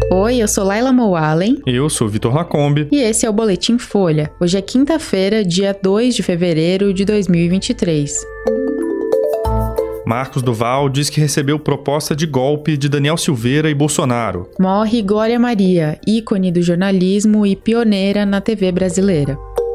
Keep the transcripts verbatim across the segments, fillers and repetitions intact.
Oi, eu sou Laila Moalen. Eu sou Vitor Lacombe. E esse é o Boletim Folha. Hoje é quinta-feira, dia dois de fevereiro de dois mil e vinte e três. Marcos Duval diz que recebeu proposta de golpe de Daniel Silveira e Bolsonaro. Morre Glória Maria, ícone do jornalismo e pioneira na T V brasileira.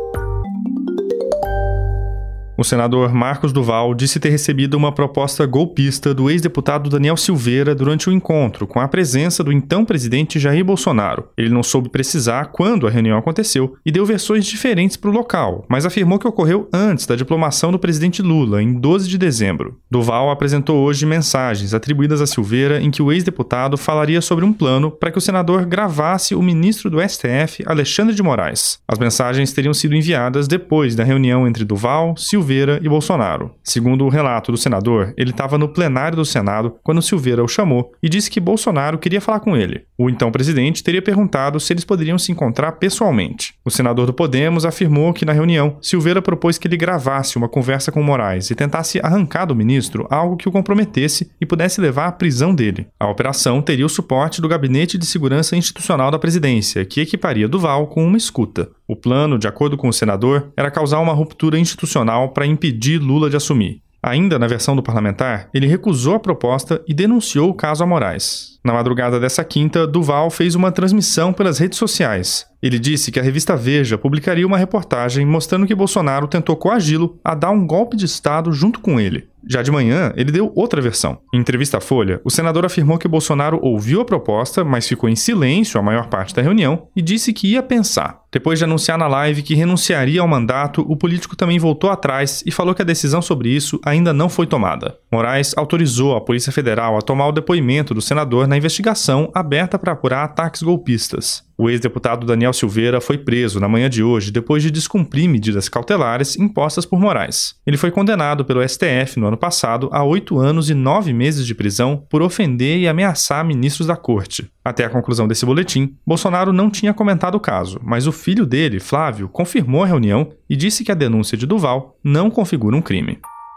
O senador Marcos Duval disse ter recebido uma proposta golpista do ex-deputado Daniel Silveira durante o encontro, com a presença do então presidente Jair Bolsonaro. Ele não soube precisar quando a reunião aconteceu e deu versões diferentes para o local, mas afirmou que ocorreu antes da diplomação do presidente Lula, em doze de dezembro. Duval apresentou hoje mensagens atribuídas a Silveira em que o ex-deputado falaria sobre um plano para que o senador gravasse o ministro do S T F, Alexandre de Moraes. As mensagens teriam sido enviadas depois da reunião entre Duval, Silveira Silveira e Bolsonaro. Segundo o relato do senador, ele estava no plenário do Senado quando Silveira o chamou e disse que Bolsonaro queria falar com ele. O então presidente teria perguntado se eles poderiam se encontrar pessoalmente. O senador do Podemos afirmou que na reunião, Silveira propôs que ele gravasse uma conversa com Moraes e tentasse arrancar do ministro algo que o comprometesse e pudesse levar à prisão dele. A operação teria o suporte do Gabinete de Segurança Institucional da Presidência, que equiparia Duval com uma escuta. O plano, de acordo com o senador, era causar uma ruptura institucional para impedir Lula de assumir. Ainda na versão do parlamentar, ele recusou a proposta e denunciou o caso a Moraes. Na madrugada dessa quinta, Duval fez uma transmissão pelas redes sociais. Ele disse que a revista Veja publicaria uma reportagem mostrando que Bolsonaro tentou coagi-lo a dar um golpe de Estado junto com ele. Já de manhã, ele deu outra versão. Em entrevista à Folha, o senador afirmou que Bolsonaro ouviu a proposta, mas ficou em silêncio a maior parte da reunião e disse que ia pensar. Depois de anunciar na live que renunciaria ao mandato, o político também voltou atrás e falou que a decisão sobre isso ainda não foi tomada. Moraes autorizou a Polícia Federal a tomar o depoimento do senador na investigação aberta para apurar ataques golpistas. O ex-deputado Daniel Silveira foi preso na manhã de hoje depois de descumprir medidas cautelares impostas por Moraes. Ele foi condenado pelo S T F no ano passado a oito anos e nove meses de prisão por ofender e ameaçar ministros da corte. Até a conclusão desse boletim, Bolsonaro não tinha comentado o caso, mas o filho dele, Flávio, confirmou a reunião e disse que a denúncia de Duval não configura um crime.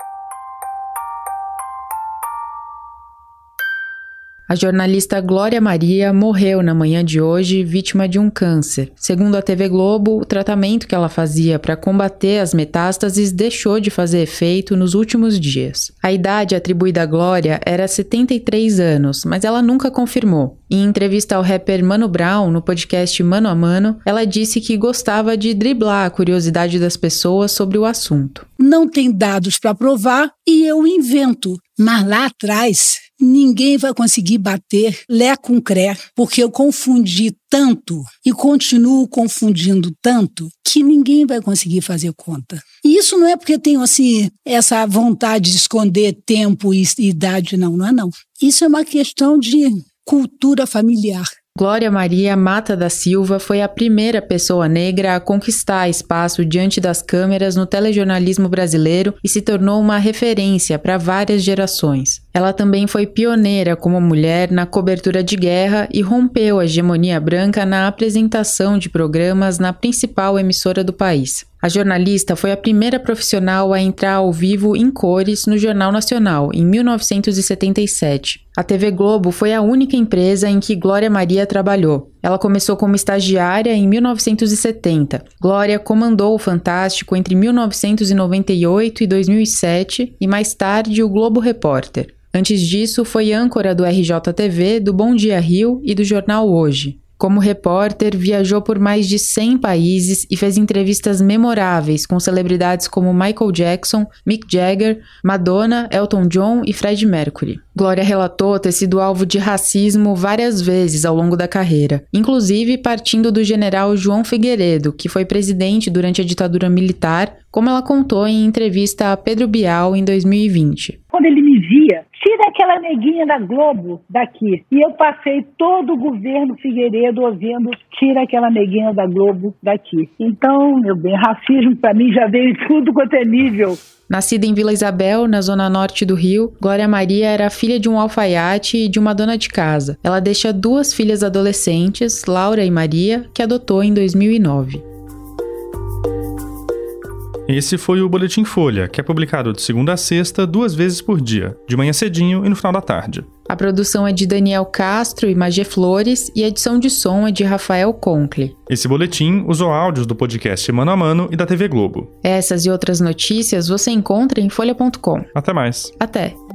A jornalista Glória Maria morreu na manhã de hoje vítima de um câncer. Segundo a T V Globo, o tratamento que ela fazia para combater as metástases deixou de fazer efeito nos últimos dias. A idade atribuída à Glória era setenta e três anos, mas ela nunca confirmou. Em entrevista ao rapper Mano Brown, no podcast Mano a Mano, ela disse que gostava de driblar a curiosidade das pessoas sobre o assunto. Não tem dados para provar e eu invento. Mas lá atrás, ninguém vai conseguir bater Lé com Cré, porque eu confundi tanto e continuo confundindo tanto que ninguém vai conseguir fazer conta. E isso não é porque eu tenho assim, essa vontade de esconder tempo e idade, não, não é não. Isso é uma questão de cultura familiar. Glória Maria Mata da Silva foi a primeira pessoa negra a conquistar espaço diante das câmeras no telejornalismo brasileiro e se tornou uma referência para várias gerações. Ela também foi pioneira como mulher na cobertura de guerra e rompeu a hegemonia branca na apresentação de programas na principal emissora do país. A jornalista foi a primeira profissional a entrar ao vivo em cores no Jornal Nacional, em mil novecentos e setenta e sete. A T V Globo foi a única empresa em que Glória Maria trabalhou. Ela começou como estagiária em mil novecentos e setenta. Glória comandou o Fantástico entre mil novecentos e noventa e oito e dois mil e sete e mais tarde o Globo Repórter. Antes disso, foi âncora do R J T V, do Bom Dia Rio e do Jornal Hoje. Como repórter, viajou por mais de cem países e fez entrevistas memoráveis com celebridades como Michael Jackson, Mick Jagger, Madonna, Elton John e Freddie Mercury. Glória relatou ter sido alvo de racismo várias vezes ao longo da carreira, inclusive partindo do general João Figueiredo, que foi presidente durante a ditadura militar, como ela contou em entrevista a Pedro Bial em dois mil e vinte. Quando ele me via, tira aquela neguinha da Globo daqui. E eu passei todo o governo Figueiredo ouvindo, tira aquela neguinha da Globo daqui. Então, meu bem, racismo para mim já veio em tudo quanto é nível. Nascida em Vila Isabel, na zona norte do Rio, Glória Maria era filha de um alfaiate e de uma dona de casa. Ela deixa duas filhas adolescentes, Laura e Maria, que adotou em dois mil e nove. Esse foi o Boletim Folha, que é publicado de segunda a sexta, duas vezes por dia, de manhã cedinho e no final da tarde. A produção é de Daniel Castro e Magé Flores e a edição de som é de Rafael Conkle. Esse boletim usou áudios do podcast Mano a Mano e da T V Globo. Essas e outras notícias você encontra em folha ponto com. Até mais. Até.